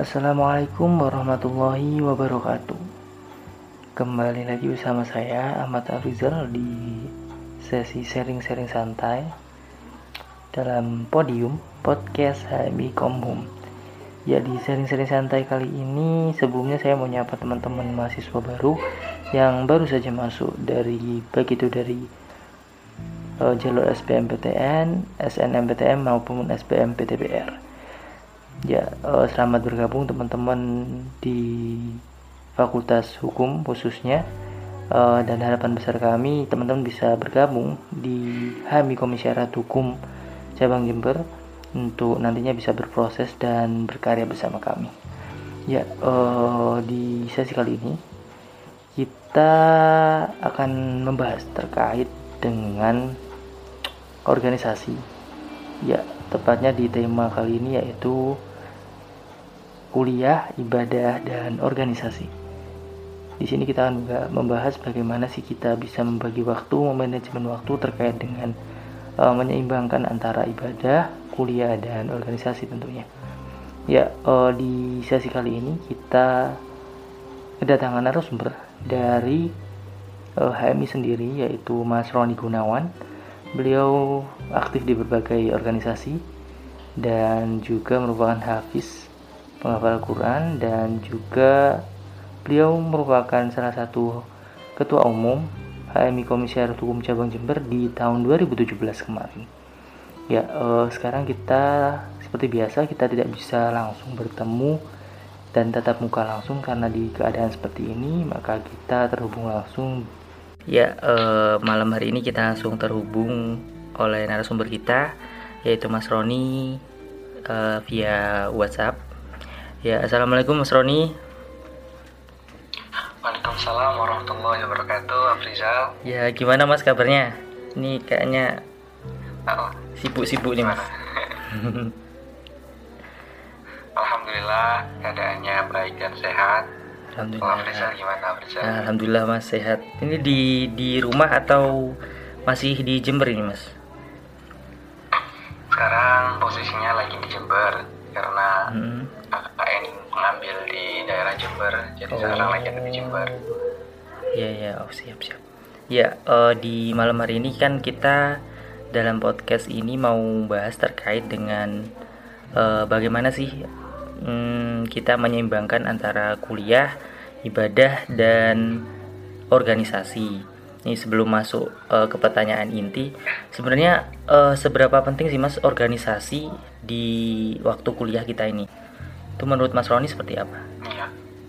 Assalamualaikum warahmatullahi wabarakatuh. Kembali lagi bersama saya Ahmad Afrizal di sesi sharing-sharing santai dalam podium podcast HMI Komhum. Ya, di sharing-sharing santai kali ini sebelumnya saya mau nyapa teman-teman mahasiswa baru yang baru saja masuk baik itu dari jalur SBMPTN, SNMPTN maupun SBMPTBR. Ya, selamat bergabung teman-teman di Fakultas Hukum khususnya, dan harapan besar kami teman-teman bisa bergabung di HMI Komisariat Hukum Cabang Jember untuk nantinya bisa berproses dan berkarya bersama kami. Ya, di sesi kali ini kita akan membahas terkait dengan organisasi. Ya, tepatnya di tema kali ini yaitu kuliah, ibadah, dan organisasi. Di sini kita akan juga membahas bagaimana sih kita bisa membagi waktu, memanajemen waktu terkait dengan menyeimbangkan antara ibadah, kuliah, dan organisasi tentunya. Ya, di sesi kali ini kita kedatangan narasumber dari HMI sendiri, yaitu Mas Roni Gunawan. Beliau aktif di berbagai organisasi dan juga merupakan hafiz penghafal Quran, dan juga beliau merupakan salah satu ketua umum HMI Komisariat Hukum Cabang Jember di tahun 2017 kemarin. Ya, sekarang kita seperti biasa kita tidak bisa langsung bertemu dan tatap muka langsung karena di keadaan seperti ini, maka kita terhubung langsung. Ya, malam hari ini kita langsung terhubung oleh narasumber kita yaitu Mas Roni via WhatsApp. Ya, assalamualaikum Mas Roni. Waalaikumsalam warahmatullahi wabarakatuh, Afrizal. Ya, gimana Mas kabarnya? Ini kayaknya sibuk-sibuk nih Mas. Alhamdulillah keadaannya baik dan sehat. Alhamdulillah. Afrizal gimana Afrizal? Alhamdulillah Mas sehat. Ini di rumah atau masih di Jember ini Mas? Sekarang posisinya lagi di Jember karena KKN mengambil di daerah Jember, jadi sekarang lagi ada di Jember. Iya, siap. Ya, di malam hari ini kan kita dalam podcast ini mau bahas terkait dengan bagaimana sih kita menyeimbangkan antara kuliah, ibadah, dan organisasi. Ini sebelum masuk ke pertanyaan inti, sebenarnya seberapa penting sih Mas organisasi di waktu kuliah kita ini? Itu menurut Mas Roni seperti apa? Ya,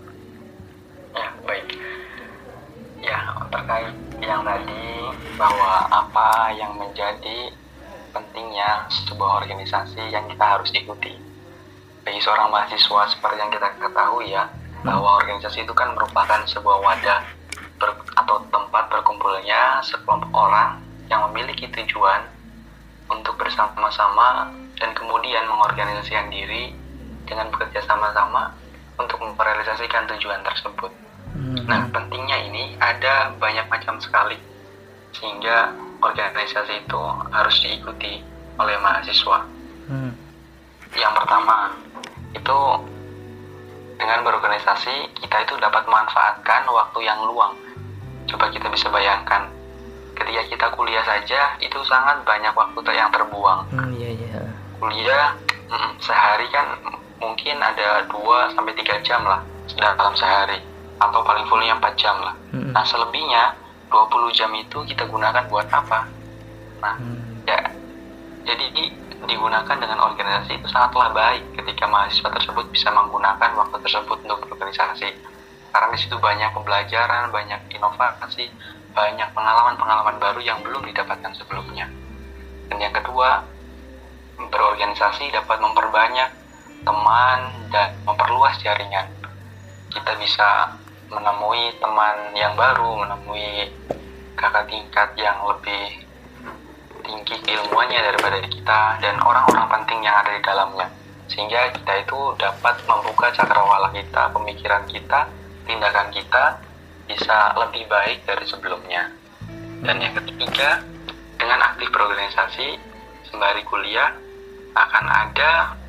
baik. Ya, terkait yang tadi bahwa apa yang menjadi pentingnya sebuah organisasi yang kita harus ikuti. Bagi seorang mahasiswa seperti yang kita ketahui ya, bahwa organisasi itu kan merupakan sebuah wadah atau tempat berkumpulnya sekelompok orang yang memiliki tujuan untuk bersama-sama dan kemudian mengorganisasikan diri dengan bekerja sama-sama untuk merealisasikan tujuan tersebut. Nah, pentingnya ini ada banyak macam sekali sehingga organisasi itu harus diikuti oleh mahasiswa. Yang pertama itu dengan berorganisasi kita itu dapat memanfaatkan waktu yang luang. Coba kita bisa bayangkan ketika kita kuliah saja itu sangat banyak waktu yang terbuang. Kuliah sehari kan mungkin ada 2-3 jam lah dalam sehari, atau paling fullnya 4 jam lah. Nah, selebihnya 20 jam itu kita gunakan buat apa? Nah, ya jadi digunakan dengan organisasi itu sangatlah baik ketika mahasiswa tersebut bisa menggunakan waktu tersebut untuk berorganisasi. Karena di situ banyak pembelajaran, banyak inovasi, banyak pengalaman-pengalaman baru yang belum didapatkan sebelumnya. Dan yang kedua, berorganisasi dapat memperbanyak teman dan memperluas jaringan. Kita bisa menemui teman yang baru, menemui kakak tingkat yang lebih tinggi keilmuannya daripada kita dan orang-orang penting yang ada di dalamnya, sehingga kita itu dapat membuka cakrawala kita, pemikiran kita, tindakan kita bisa lebih baik dari sebelumnya. Dan yang ketiga, dengan aktif berorganisasi sembari kuliah akan ada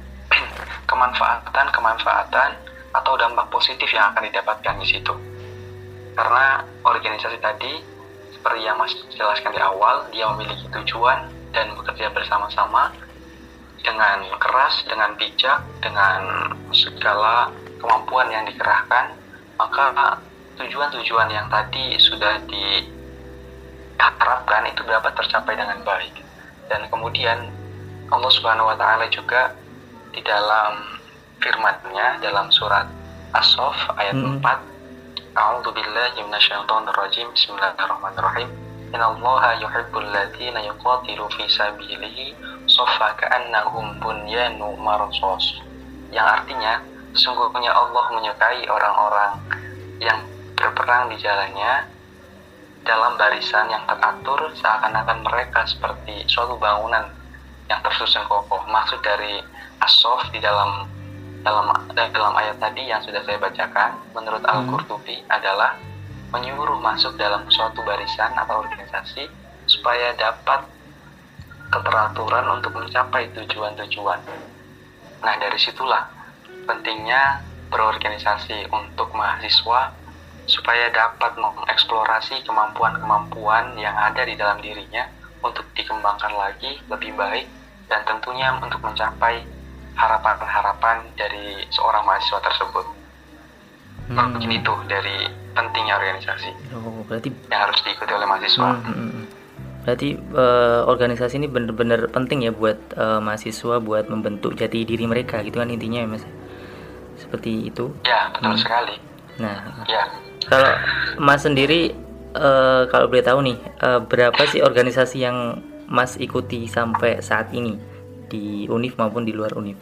kemanfaatan atau dampak positif yang akan didapatkan di situ. Karena organisasi tadi, seperti yang Mas jelaskan di awal, dia memiliki tujuan dan bekerja bersama-sama dengan keras, dengan bijak, dengan segala kemampuan yang dikerahkan, maka tujuan-tujuan yang tadi sudah diharapkan itu dapat tercapai dengan baik. Dan kemudian Allah Subhanahu wa taala juga di dalam firman-Nya dalam surat As-Saff ayat 4, A'udzu billahi minasyaitonir rajim. Bismillahirrahmanirrahim. Innallaha yuhibbul ladzina yuqatilu fi sabilihi shaffa ka'annahum bunyanun marsus. Yang artinya, sesungguhnya Allah menyukai orang-orang yang berperang di jalannya dalam barisan yang teratur, seakan-akan mereka seperti suatu bangunan yang tersusun kokoh. Maksud dari As-Saff di dalam ayat tadi yang sudah saya bacakan, menurut Al-Qurtubi adalah menyuruh masuk dalam suatu barisan atau organisasi supaya dapat keteraturan untuk mencapai tujuan-tujuan. Nah, dari situlah pentingnya berorganisasi untuk mahasiswa supaya dapat mengeksplorasi kemampuan-kemampuan yang ada di dalam dirinya untuk dikembangkan lagi lebih baik, dan tentunya untuk mencapai harapan-harapan dari seorang mahasiswa tersebut. Mungkin itu dari pentingnya organisasi berarti yang harus diikuti oleh mahasiswa. Berarti organisasi ini benar-benar penting ya buat mahasiswa, buat membentuk jati diri mereka gitu kan intinya ya Mas? Seperti itu? Ya, betul sekali. Nah, ya. Kalau Mas sendiri kalau boleh tahu nih, berapa sih organisasi yang Mas ikuti sampai saat ini di UNIF maupun di luar UNIF?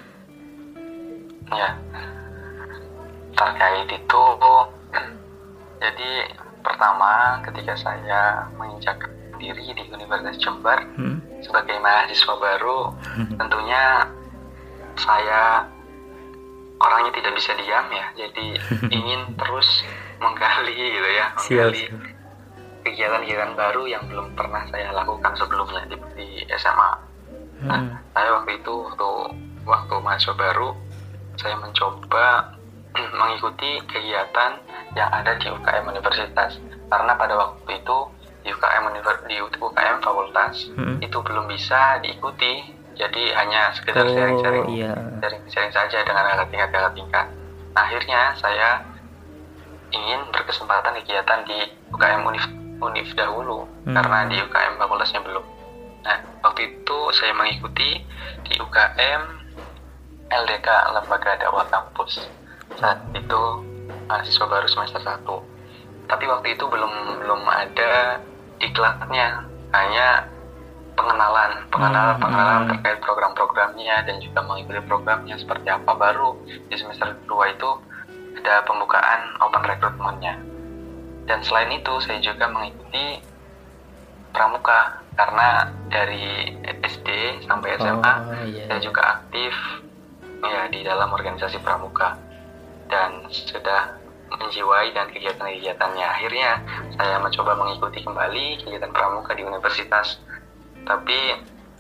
Ya, terkait itu, jadi pertama ketika saya menginjak diri di Universitas Jember sebagai mahasiswa baru, tentunya saya orangnya tidak bisa diam ya, jadi ingin terus menggali gitu ya, menggali kegiatan-kegiatan baru yang belum pernah saya lakukan sebelumnya di SMA. Nah, saya waktu itu waktu mahasiswa baru, saya mencoba mengikuti kegiatan yang ada di UKM Universitas, karena pada waktu itu di UKM Fakultas itu belum bisa diikuti, jadi hanya sekedar sharing-sharing saja dengan kakak tingkat. Akhirnya saya ingin berkesempatan kegiatan di UKM Unif dahulu, karena di UKM Fakultasnya belum. Nah, waktu itu saya mengikuti di UKM LDK Lembaga Dakwah Kampus. Saat itu mahasiswa baru semester 1. Tapi waktu itu belum ada diklatnya, hanya pengenalan terkait program-programnya dan juga mengikuti programnya seperti apa. Baru di semester 2 itu ada pembukaan open recruitment-nya. Dan selain itu saya juga mengikuti pramuka, karena dari SD sampai SMA saya juga aktif ya di dalam organisasi pramuka dan sudah menjiwai dan kegiatan-kegiatannya. Akhirnya saya mencoba mengikuti kembali kegiatan pramuka di universitas, tapi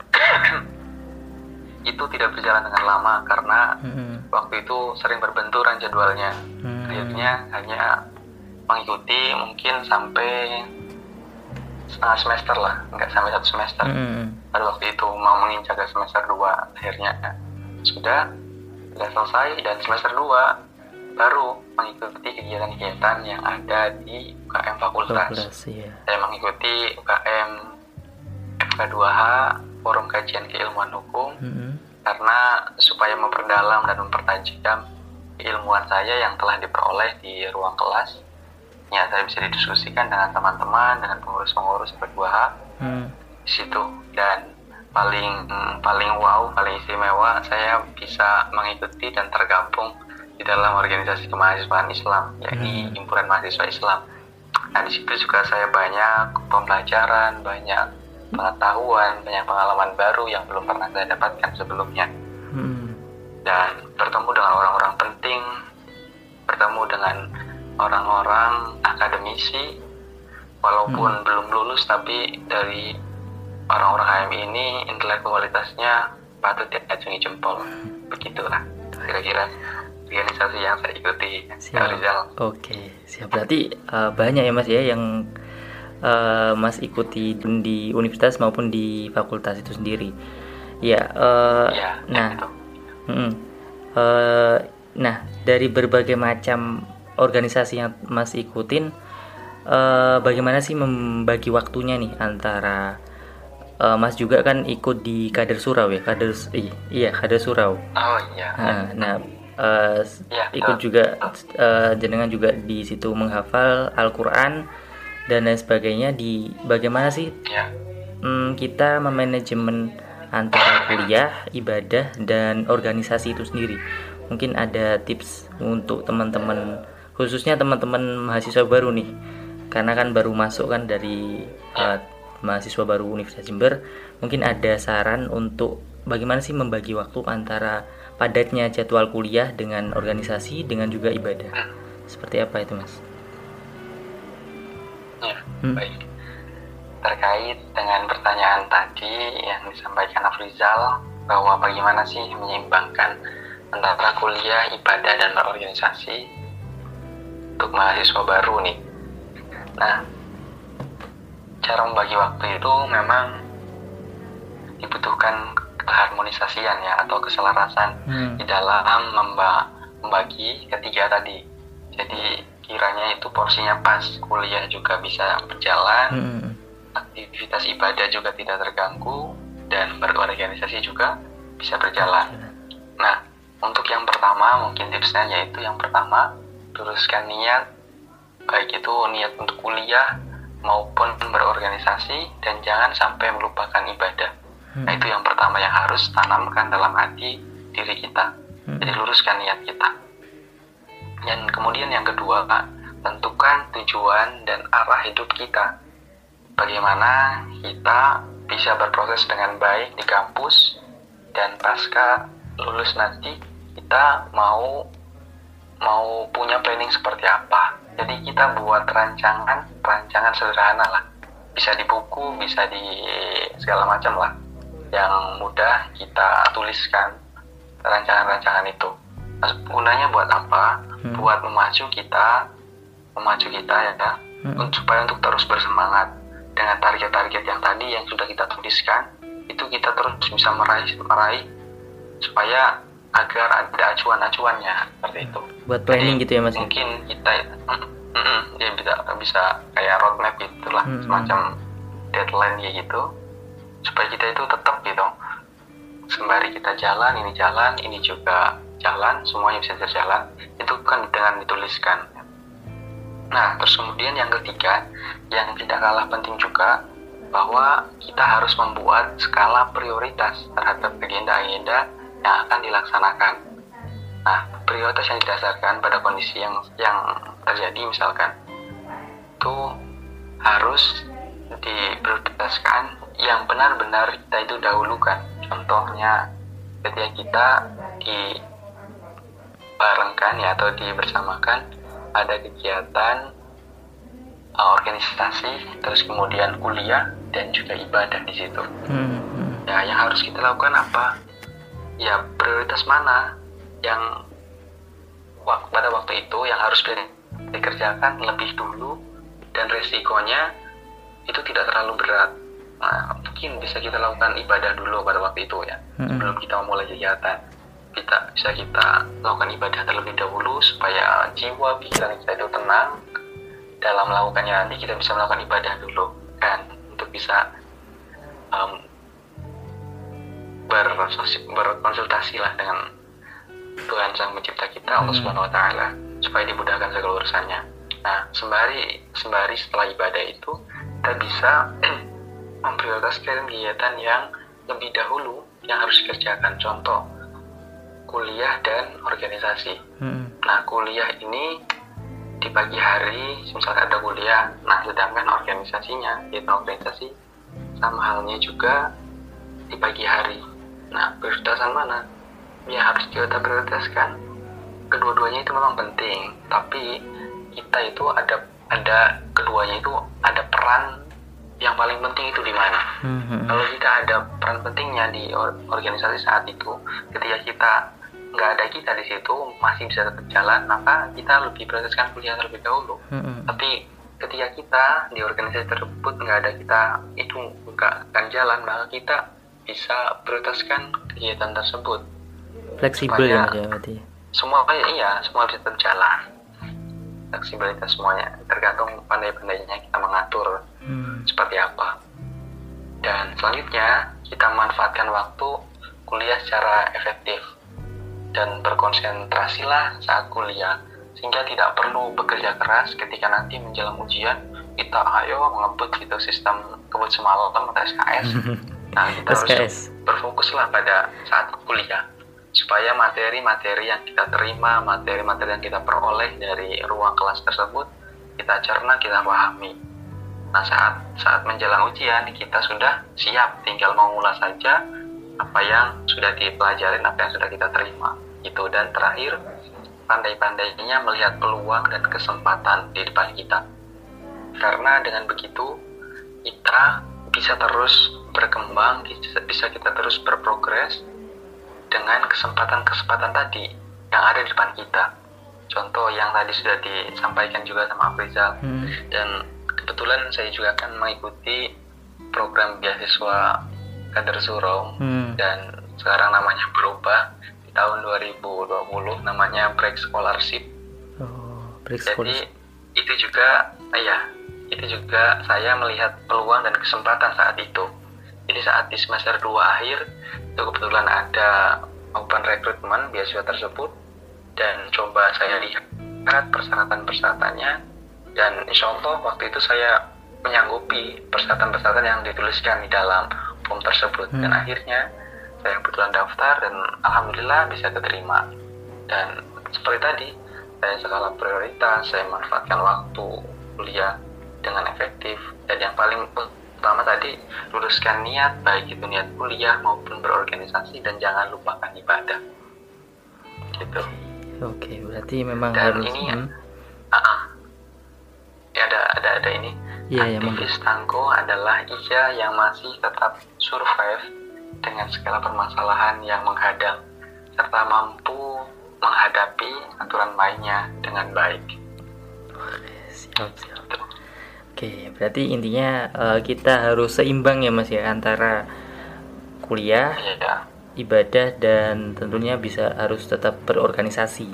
itu tidak berjalan dengan lama karena waktu itu sering berbenturan jadwalnya. Akhirnya hanya mengikuti mungkin sampai setengah semester lah, nggak sampai 1 semester. Pada waktu itu mau menginjak ke semester 2, akhirnya sudah selesai, dan semester 2 baru mengikuti kegiatan-kegiatan yang ada di UKM Fakultas. Saya mengikuti UKM FK2H, Forum Kajian Keilmuan Hukum, karena supaya memperdalam dan mempertajam keilmuan saya yang telah diperoleh di ruang kelas. Ya, saya bisa didiskusikan dengan teman-teman, dengan pengurus-pengurus FK2H di situ. Dan paling istimewa, saya bisa mengikuti dan tergabung di dalam organisasi kemahasiswaan Islam, yakni Himpunan Mahasiswa Islam. Nah, di situ juga saya banyak pembelajaran, banyak pengetahuan, banyak pengalaman baru yang belum pernah saya dapatkan sebelumnya. Dan bertemu dengan orang-orang penting, bertemu dengan orang-orang akademisi, walaupun belum lulus, tapi dari orang-orang HMI ini intelektualitasnya patut diacungi jempol. Begitulah kira-kira organisasi yang saya ikuti. Siap. Rizal. Oke, siap. Berarti banyak ya Mas ya yang Mas ikuti di universitas maupun di fakultas itu sendiri. Ya. Ya, Nah, gitu. Nah dari berbagai macam organisasi yang Mas ikutin, bagaimana sih membagi waktunya nih antara Mas juga kan ikut di Kader Surau ya, Kader Surau. Oh iya. Nah, Ya, ikut juga jenengan juga di situ menghafal Al-Quran dan lain sebagainya. Di bagaimana sih ya. kita memanajemen antara kuliah, ibadah, dan organisasi itu sendiri? Mungkin ada tips untuk teman-teman, khususnya teman-teman mahasiswa baru nih, karena kan baru masuk kan dari mahasiswa baru Universitas Jember. Mungkin ada saran untuk bagaimana sih membagi waktu antara padatnya jadwal kuliah dengan organisasi dengan juga ibadah. Seperti apa itu, Mas? Ya, baik. Terkait dengan pertanyaan tadi yang disampaikan Afrizal, bahwa bagaimana sih menyeimbangkan antara kuliah, ibadah, dan berorganisasi untuk mahasiswa baru nih. Nah, cara membagi waktu itu memang dibutuhkan keharmonisasian ya, atau keselarasan di dalam membagi ketiga tadi. Jadi kiranya itu porsinya pas, kuliah juga bisa berjalan, aktivitas ibadah juga tidak terganggu, dan berorganisasi juga bisa berjalan. Nah, untuk yang pertama mungkin tipsnya yaitu yang pertama, luruskan niat, baik itu niat untuk kuliah maupun berorganisasi, dan jangan sampai melupakan ibadah. Nah, itu yang pertama yang harus tanamkan dalam hati diri kita. Jadi luruskan niat kita. Dan kemudian yang kedua, tentukan tujuan dan arah hidup kita. Bagaimana kita bisa berproses dengan baik di kampus, dan pasca lulus nanti kita mau punya planning seperti apa. Jadi kita buat rancangan sederhana lah, bisa di buku, bisa di segala macam lah, yang mudah kita tuliskan rancangan-rancangan itu. Nah, gunanya buat apa? Buat memacu kita ya, supaya untuk terus bersemangat dengan target-target yang tadi yang sudah kita tuliskan. Itu kita terus bisa meraih supaya agar ada acuan-acuannya seperti itu. Buat planning. Jadi, gitu ya Mas? Mungkin kita dia bisa kayak roadmap gitulah, semacam deadline kayak gitu, supaya kita itu tetap gitu, sembari kita jalan, ini juga jalan, semuanya bisa berjalan. Itu kan dengan dituliskan. Nah, terus kemudian yang ketiga, yang tidak kalah penting juga, bahwa kita harus membuat skala prioritas terhadap agenda-agenda yang akan dilaksanakan. Nah, prioritas yang didasarkan pada kondisi yang terjadi misalkan, itu harus diprioritaskan yang benar-benar kita itu dahulukan. Contohnya ketika kita dibarengkan ya, atau dibersamakan ada kegiatan organisasi, terus kemudian kuliah, dan juga ibadah di situ. Ya, yang harus kita lakukan apa? Ya, prioritas mana yang pada waktu itu yang harus dikerjakan lebih dulu, dan resikonya itu tidak terlalu berat. Nah, mungkin bisa kita lakukan ibadah dulu pada waktu itu ya, sebelum kita memulai kegiatan. Bisa kita lakukan ibadah terlebih dahulu supaya jiwa pikiran kita itu tenang. Dalam melakukannya nanti kita bisa melakukan ibadah dulu kan, untuk bisa berkonsultasi lah dengan Tuhan Sang Pencipta kita, Allah Subhanahu Wa Taala, supaya dimudahkan segala urusannya. Nah, sembari setelah ibadah itu kita bisa memprioritaskan kegiatan yang lebih dahulu yang harus dikerjakan. Contoh, kuliah dan organisasi. Nah, kuliah ini di pagi hari, misalkan ada kuliah, nah sedangkan organisasinya, yaitu organisasi, sama halnya juga di pagi hari. Nah, prioritasan mana? Ya harus kita prioritaskan. Kedua-duanya itu memang penting, tapi kita itu ada keduanya itu ada peran yang paling penting itu di mana. Kalau kita ada peran pentingnya di organisasi saat itu, ketika kita nggak ada kita di situ masih bisa tetap jalan, maka kita lebih prioritaskan kuliah terlebih dahulu. Tapi ketika kita di organisasi tersebut nggak ada kita, itu nggak akan jalan, maka kita bisa prioritaskan kegiatan tersebut. Fleksibel ya Mas ya berarti. Semua bisa tetap jalan. Fleksibilitas semuanya tergantung pandai-pandainya kita mengatur seperti apa. Dan selanjutnya kita manfaatkan waktu kuliah secara efektif dan berkonsentrasilah saat kuliah, sehingga tidak perlu bekerja keras ketika nanti menjelang ujian kita ayo ngebut gitu sistem kebut semalam atau SKS. Nah, kita harus berfokuslah pada saat kuliah supaya materi-materi yang kita terima, materi-materi yang kita peroleh dari ruang kelas tersebut kita cerna, kita pahami. Nah, saat menjelang ujian kita sudah siap, tinggal mengulas saja apa yang sudah dipelajarin, apa yang sudah kita terima itu. Dan terakhir, pandai-pandainya melihat peluang dan kesempatan di depan kita, karena dengan begitu kita bisa terus berkembang, bisa kita terus berprogres dengan kesempatan-kesempatan tadi yang ada di depan kita. Contoh yang tadi sudah disampaikan juga sama Afrizal, dan kebetulan saya juga akan mengikuti program beasiswa Kader Surau, dan sekarang namanya berubah di tahun 2020 namanya Break Scholarship. Jadi itu juga saya melihat peluang dan kesempatan saat itu. Jadi saat di semester 2 akhir itu kebetulan ada open rekrutmen beasiswa tersebut, dan coba saya lihat persyaratan-persyaratannya, dan insya Allah waktu itu saya menyanggupi persyaratan-persyaratan yang dituliskan di dalam form tersebut. Dan akhirnya saya kebetulan daftar dan alhamdulillah bisa keterima. Dan seperti tadi, saya skala prioritas, saya manfaatkan waktu kuliah dengan efektif, dan yang paling utama tadi, luruskan niat, baik itu niat kuliah maupun berorganisasi, dan jangan lupakan ibadah gitu. Oke, berarti memang dan harus ini ada ini aktivis tangguh adalah ia yang masih tetap survive dengan segala permasalahan yang menghadang, serta mampu menghadapi aturan mainnya dengan baik. Siap. Oke, berarti intinya kita harus seimbang ya Mas ya, antara kuliah, ibadah, dan tentunya harus tetap berorganisasi.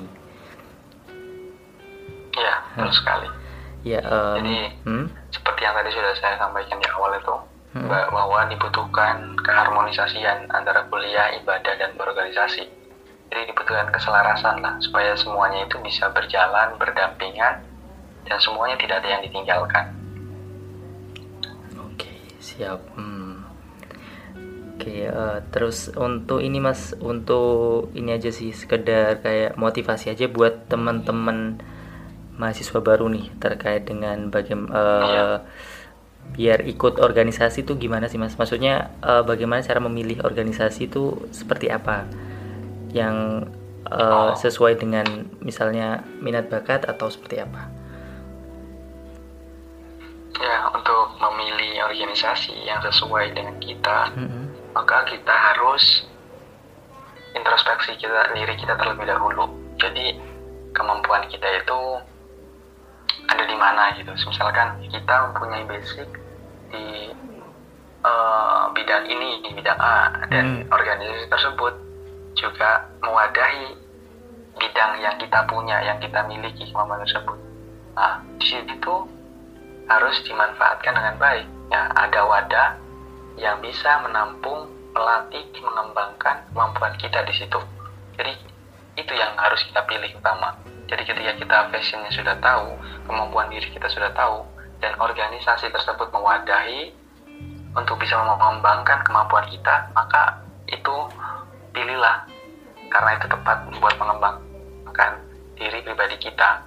Iya, betul sekali. Ya, jadi seperti yang tadi sudah saya sampaikan di awal itu, bahwa dibutuhkan keharmonisasian antara kuliah, ibadah, dan berorganisasi. Jadi dibutuhkan keselarasan lah, supaya semuanya itu bisa berjalan berdampingan dan semuanya tidak ada yang ditinggalkan. Siap. Oke, terus untuk ini Mas, untuk ini aja sih, sekedar kayak motivasi aja buat teman-teman mahasiswa baru nih terkait dengan bagaimana biar ikut organisasi itu gimana sih Mas? Maksudnya bagaimana cara memilih organisasi itu seperti apa yang sesuai dengan misalnya minat bakat atau seperti apa? Ya, untuk memilih organisasi yang sesuai dengan kita, maka kita harus introspeksi diri kita terlebih dahulu. Jadi kemampuan kita itu ada di mana gitu. Misalkan kita mempunyai basic di bidang ini, di bidang A, dan organisasi tersebut juga mewadahi bidang yang kita punya, yang kita miliki kemampuan tersebut. Nah, di situ harus dimanfaatkan dengan baik. Ya, ada wadah yang bisa menampung, melatih, mengembangkan kemampuan kita di situ. Jadi itu yang harus kita pilih utama. Jadi ketika kita passionnya sudah tahu, kemampuan diri kita sudah tahu, dan organisasi tersebut mewadahi untuk bisa mengembangkan kemampuan kita, maka itu pilihlah, karena itu tepat buat mengembangkan diri pribadi kita.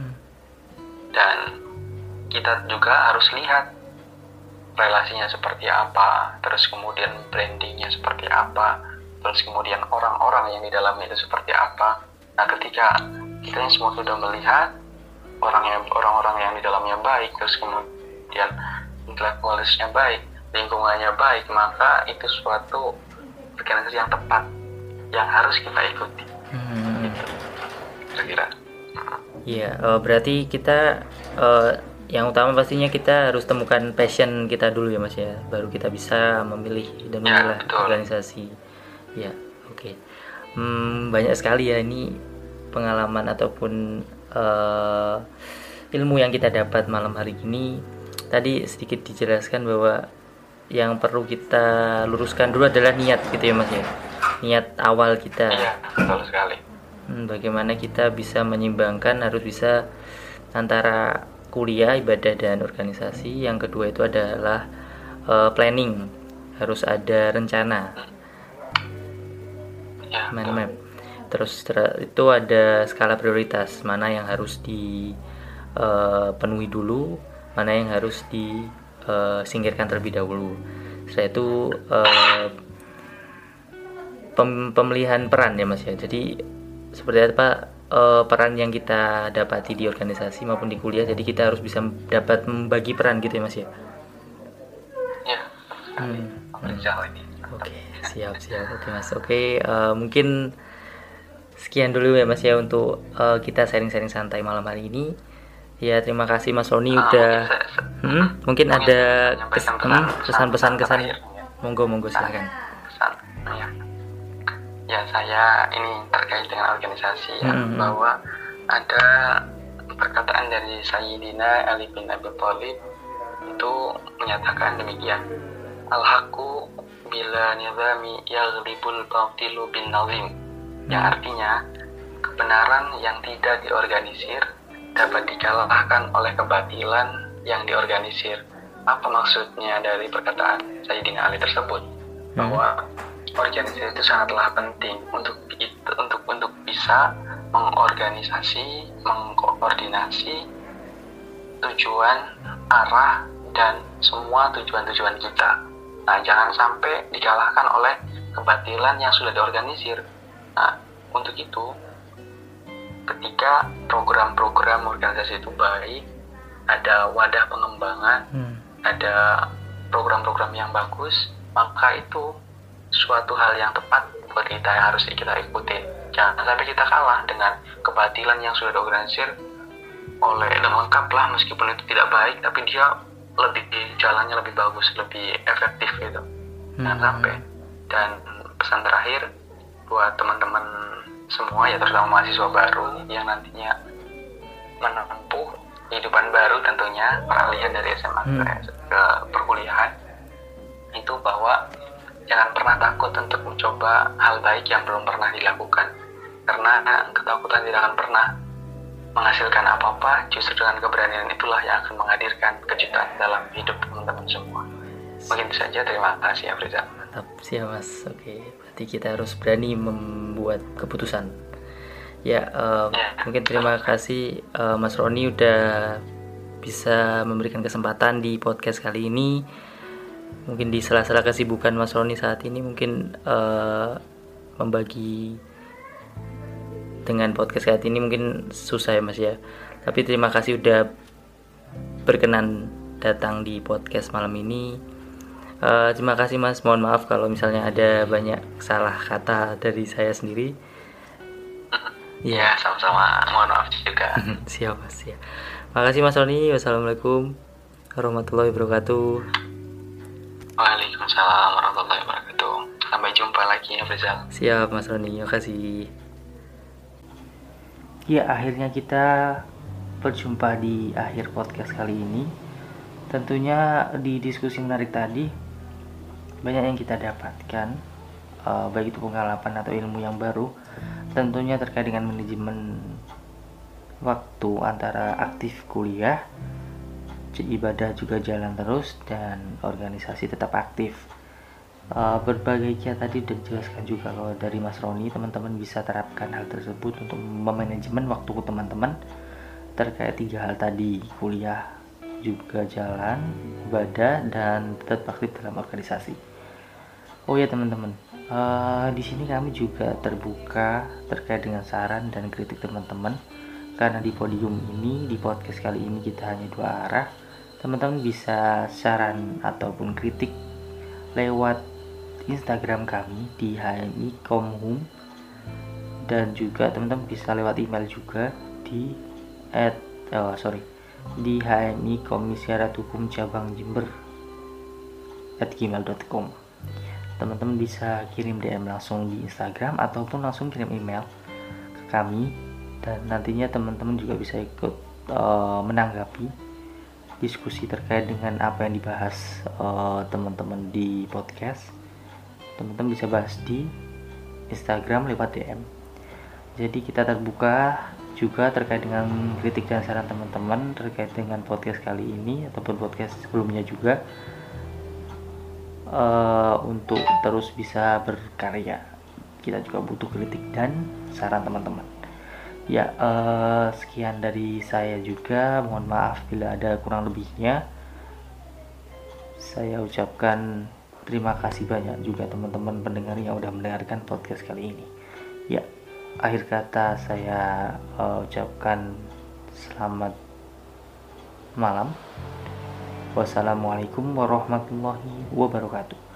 Dan kita juga harus lihat relasinya seperti apa, terus kemudian brandingnya seperti apa, terus kemudian orang-orang yang di dalamnya itu seperti apa. Nah, ketika kita semua sudah melihat orang-orang yang di dalamnya baik, terus kemudian intelektualisnya baik, lingkungannya baik, maka itu suatu organisasi yang tepat yang harus kita ikuti. Gitu, kira-kira. Iya, berarti kita yang utama pastinya kita harus temukan passion kita dulu ya Mas ya, baru kita bisa memilih dan memilah organisasi. Ya, oke. Banyak sekali ya ini pengalaman ataupun ilmu yang kita dapat malam hari ini. Tadi sedikit dijelaskan bahwa yang perlu kita luruskan dulu adalah niat gitu ya Mas ya, niat awal kita. Iya, betul sekali. Bagaimana kita bisa menyeimbangkan, harus bisa antara kuliah, ibadah, dan organisasi. Yang kedua itu adalah planning, harus ada rencana, mind map. Terus itu ada skala prioritas, mana yang harus dipenuhi dulu, mana yang harus disingkirkan terlebih dahulu. Setelah itu pemilihan peran ya Mas ya. Jadi seperti apa peran yang kita dapati di organisasi maupun di kuliah, jadi kita harus bisa dapat membagi peran gitu ya Mas ya. Ya, Oke, siap. Oke Mas, oke, mungkin sekian dulu ya Mas ya untuk kita sharing-sharing santai malam hari ini. Ya, terima kasih Mas Roni udah mungkin ada pesan-pesan kesan. Monggo silakan. Ya, saya ini terkait dengan organisasi ya, bahwa ada perkataan dari Sayyidina Ali bin Abi Thalib itu menyatakan demikian, al-haqqu bila nizami yaghlibul batilu bin nazim, yang artinya kebenaran yang tidak diorganisir dapat dikalahkan oleh kebatilan yang diorganisir. Apa maksudnya dari perkataan Sayyidina Ali tersebut? Bahwa organisasi itu sangatlah penting untuk bisa mengorganisasi, mengkoordinasi tujuan, arah, dan semua tujuan-tujuan kita. Nah, jangan sampai dikalahkan oleh kebatilan yang sudah diorganisir. Nah, untuk itu, ketika program-program organisasi itu baik, ada wadah pengembangan, ada program-program yang bagus, maka itu suatu hal yang tepat buat kita yang harus kita ikutin. Jangan sampai kita kalah dengan kebatilan yang sudah diorganisir oleh lengkap lah, meskipun itu tidak baik, tapi dia jalannya lebih bagus, lebih efektif gitu. Jangan sampai. Dan pesan terakhir buat teman-teman semua ya, terutama mahasiswa baru yang nantinya menempuh kehidupan baru tentunya, peralihan dari SMA ke perkuliahan, itu bahwa jangan pernah takut untuk mencoba hal baik yang belum pernah dilakukan, karena ketakutan tidak akan pernah menghasilkan apa-apa. Justru dengan keberanian itulah yang akan menghadirkan kejutan dalam hidup teman-teman semua. Begitu saja, terima kasih ya Friza. Mantap, siap Mas. Oke, berarti kita harus berani membuat keputusan. Ya, mungkin terima kasih Mas Roni udah bisa memberikan kesempatan di podcast kali ini. Mungkin di sela-sela kesibukan Mas Roni saat ini mungkin membagi dengan podcast saat ini mungkin susah ya Mas ya. Tapi terima kasih udah berkenan datang di podcast malam ini. Terima kasih Mas, mohon maaf kalau misalnya ada banyak salah kata dari saya sendiri. Ya, sama-sama, mohon maaf juga. Siap Mas ya. Makasih Mas Roni. Wassalamualaikum warahmatullahi wabarakatuh. Waalaikumsalam warahmatullahi wabarakatuh. Sampai jumpa lagi ya Rizal. Siap Mas Roni, makasih. Ya, akhirnya kita berjumpa di akhir podcast kali ini. Tentunya di diskusi menarik tadi banyak yang kita dapatkan, baik itu pengalaman atau ilmu yang baru, tentunya terkait dengan manajemen waktu antara aktif kuliah, ibadah juga jalan terus, dan organisasi tetap aktif. Berbagai kiat tadi sudah dijelaskan juga kalau dari Mas Roni, teman-teman bisa terapkan hal tersebut untuk memanajemen waktu teman-teman terkait 3 hal tadi: kuliah juga jalan, ibadah, dan tetap aktif dalam organisasi. Oh ya teman-teman, di sini kami juga terbuka terkait dengan saran dan kritik teman-teman, karena di podium ini, di podcast kali ini kita hanya 2 arah. Teman-teman bisa saran ataupun kritik lewat Instagram kami di HMI Komhum Dan juga teman-teman bisa lewat email juga di di HMI Komisariat Hukum Cabang Jember @gmail.com. Teman-teman bisa kirim DM langsung di Instagram ataupun langsung kirim email ke kami, dan nantinya teman-teman juga bisa ikut menanggapi diskusi terkait dengan apa yang dibahas teman-teman di podcast. Teman-teman bisa bahas di Instagram lewat DM. Jadi kita terbuka juga terkait dengan kritik dan saran teman-teman terkait dengan podcast kali ini ataupun podcast sebelumnya juga, untuk terus bisa berkarya. Kita juga butuh kritik dan saran teman-teman. Ya, sekian dari saya juga. Mohon maaf bila ada kurang lebihnya. Saya ucapkan terima kasih banyak juga teman-teman pendengar yang udah mendengarkan podcast kali ini. Ya, akhir kata saya ucapkan selamat malam. Wassalamualaikum warahmatullahi wabarakatuh.